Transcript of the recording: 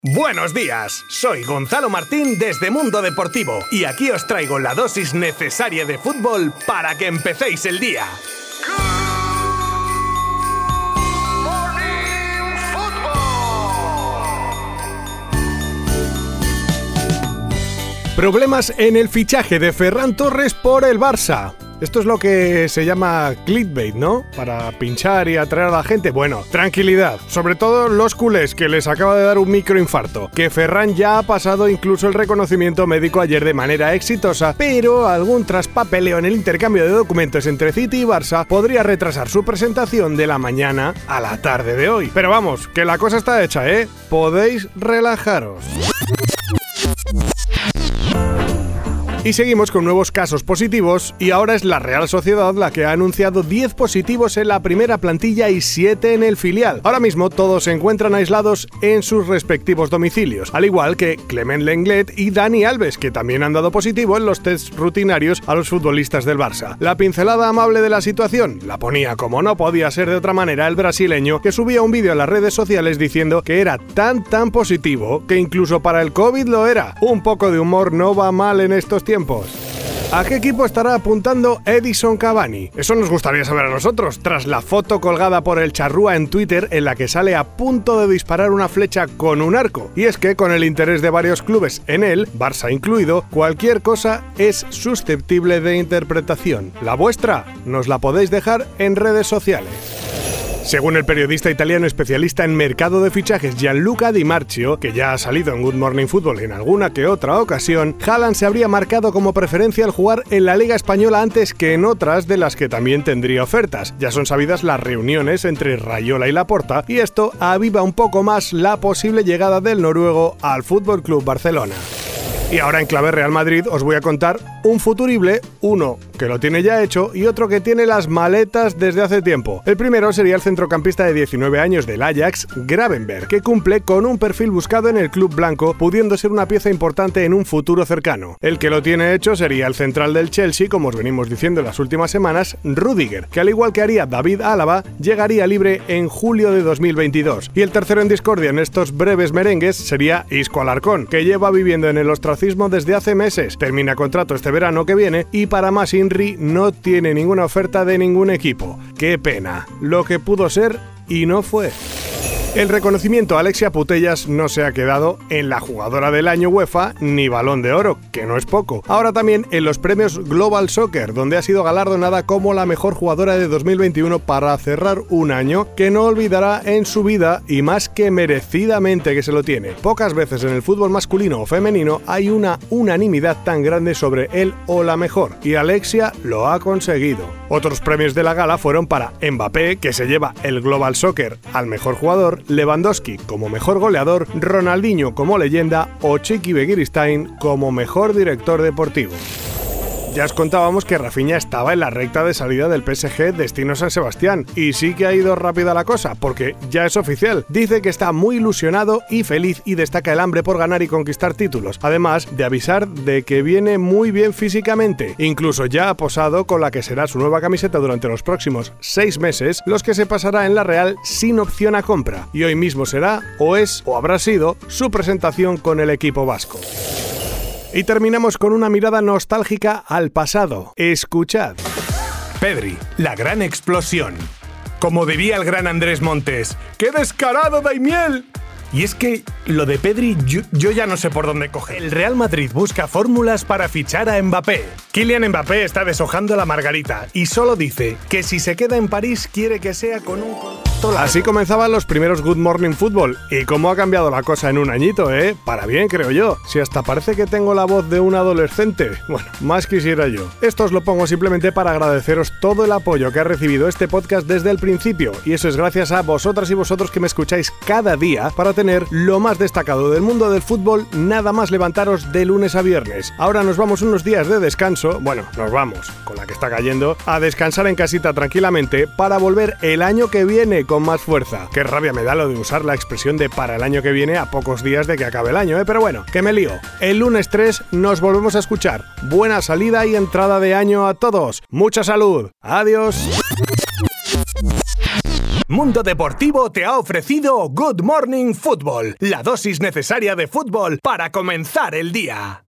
Buenos días, soy Gonzalo Martín desde Mundo Deportivo y aquí os traigo la dosis necesaria de fútbol para que empecéis el día. Problemas en el fichaje de Ferran Torres por el Barça. Esto es lo que se llama clickbait, ¿no? Para pinchar y atraer a la gente. Bueno, tranquilidad, sobre todo los culés, que les acaba de dar un microinfarto. Que Ferran ya ha pasado incluso el reconocimiento médico ayer de manera exitosa, pero algún traspapeleo en el intercambio de documentos entre City y Barça podría retrasar su presentación de la mañana a la tarde de hoy. Pero vamos, que la cosa está hecha, ¿eh? Podéis relajaros. Y seguimos con nuevos casos positivos y ahora es la Real Sociedad la que ha anunciado 10 positivos en la primera plantilla y 7 en el filial. Ahora mismo todos se encuentran aislados en sus respectivos domicilios, al igual que Clement Lenglet y Dani Alves, que también han dado positivo en los tests rutinarios a los futbolistas del Barça. La pincelada amable de la situación la ponía, como no podía ser de otra manera, el brasileño, que subía un vídeo en las redes sociales diciendo que era tan positivo que incluso para el COVID lo era. Un poco de humor no va mal en estos tiempos. ¿A qué equipo estará apuntando Edison Cavani? Eso nos gustaría saber a nosotros, tras la foto colgada por el charrúa en Twitter en la que sale a punto de disparar una flecha con un arco. Y es que con el interés de varios clubes en él, Barça incluido, cualquier cosa es susceptible de interpretación. ¿La vuestra? Nos la podéis dejar en redes sociales. Según el periodista italiano especialista en mercado de fichajes Gianluca Di Marchio, que ya ha salido en Good Morning Football en alguna que otra ocasión, Haaland se habría marcado como preferencia al jugar en la Liga Española antes que en otras de las que también tendría ofertas. Ya son sabidas las reuniones entre Raiola y Laporta, y esto aviva un poco más la posible llegada del noruego al FC Barcelona. Y ahora en clave Real Madrid os voy a contar un futurible, uno que lo tiene ya hecho y otro que tiene las maletas desde hace tiempo. El primero sería el centrocampista de 19 años del Ajax, Gravenberch, que cumple con un perfil buscado en el club blanco, pudiendo ser una pieza importante en un futuro cercano. El que lo tiene hecho sería el central del Chelsea, como os venimos diciendo en las últimas semanas, Rüdiger, que al igual que haría David Álava, llegaría libre en julio de 2022. Y el tercero en discordia en estos breves merengues sería Isco Alarcón, que lleva viviendo en el ostracismo desde hace meses, termina contrato este verano que viene y para más Inri no tiene ninguna oferta de ningún equipo. ¡Qué pena! Lo que pudo ser y no fue. El reconocimiento a Alexia Putellas no se ha quedado en la jugadora del año UEFA ni Balón de Oro, que no es poco. Ahora también en los premios Global Soccer, donde ha sido galardonada como la mejor jugadora de 2021 para cerrar un año que no olvidará en su vida y más que merecidamente que se lo tiene. Pocas veces en el fútbol masculino o femenino hay una unanimidad tan grande sobre él o la mejor, y Alexia lo ha conseguido. Otros premios de la gala fueron para Mbappé, que se lleva el Global Soccer al mejor jugador, Lewandowski como mejor goleador, Ronaldinho como leyenda o Chiqui Begiristain como mejor director deportivo. Ya os contábamos que Rafinha estaba en la recta de salida del PSG destino San Sebastián, y sí que ha ido rápida la cosa, porque ya es oficial. Dice que está muy ilusionado y feliz y destaca el hambre por ganar y conquistar títulos, además de avisar de que viene muy bien físicamente. Incluso ya ha posado con la que será su nueva camiseta durante los próximos 6 meses, los que se pasará en la Real sin opción a compra, y hoy mismo será, o es, o habrá sido, su presentación con el equipo vasco. Y terminamos con una mirada nostálgica al pasado. Escuchad. Pedri, la gran explosión. Como diría el gran Andrés Montes, ¡qué descarado, Daimiel! Y es que lo de Pedri yo ya no sé por dónde coger. El Real Madrid busca fórmulas para fichar a Mbappé. Kylian Mbappé está deshojando la margarita y solo dice que si se queda en París quiere que sea con un contrato. Así comenzaban los primeros Good Morning Football. Y cómo ha cambiado la cosa en un añito, ¿eh? Para bien, creo yo. Si hasta parece que tengo la voz de un adolescente. Bueno, más quisiera yo. Esto os lo pongo simplemente para agradeceros todo el apoyo que ha recibido este podcast desde el principio. Y eso es gracias a vosotras y vosotros que me escucháis cada día para tener lo más destacado del mundo del fútbol, nada más levantaros de lunes a viernes. Ahora nos vamos unos días de descanso, bueno, nos vamos, con la que está cayendo, a descansar en casita tranquilamente para volver el año que viene con más fuerza. Qué rabia me da lo de usar la expresión de para el año que viene a pocos días de que acabe el año, pero bueno, que me lío. El lunes 3 nos volvemos a escuchar. Buena salida y entrada de año a todos. Mucha salud. Adiós. Mundo Deportivo te ha ofrecido Good Morning Football, la dosis necesaria de fútbol para comenzar el día.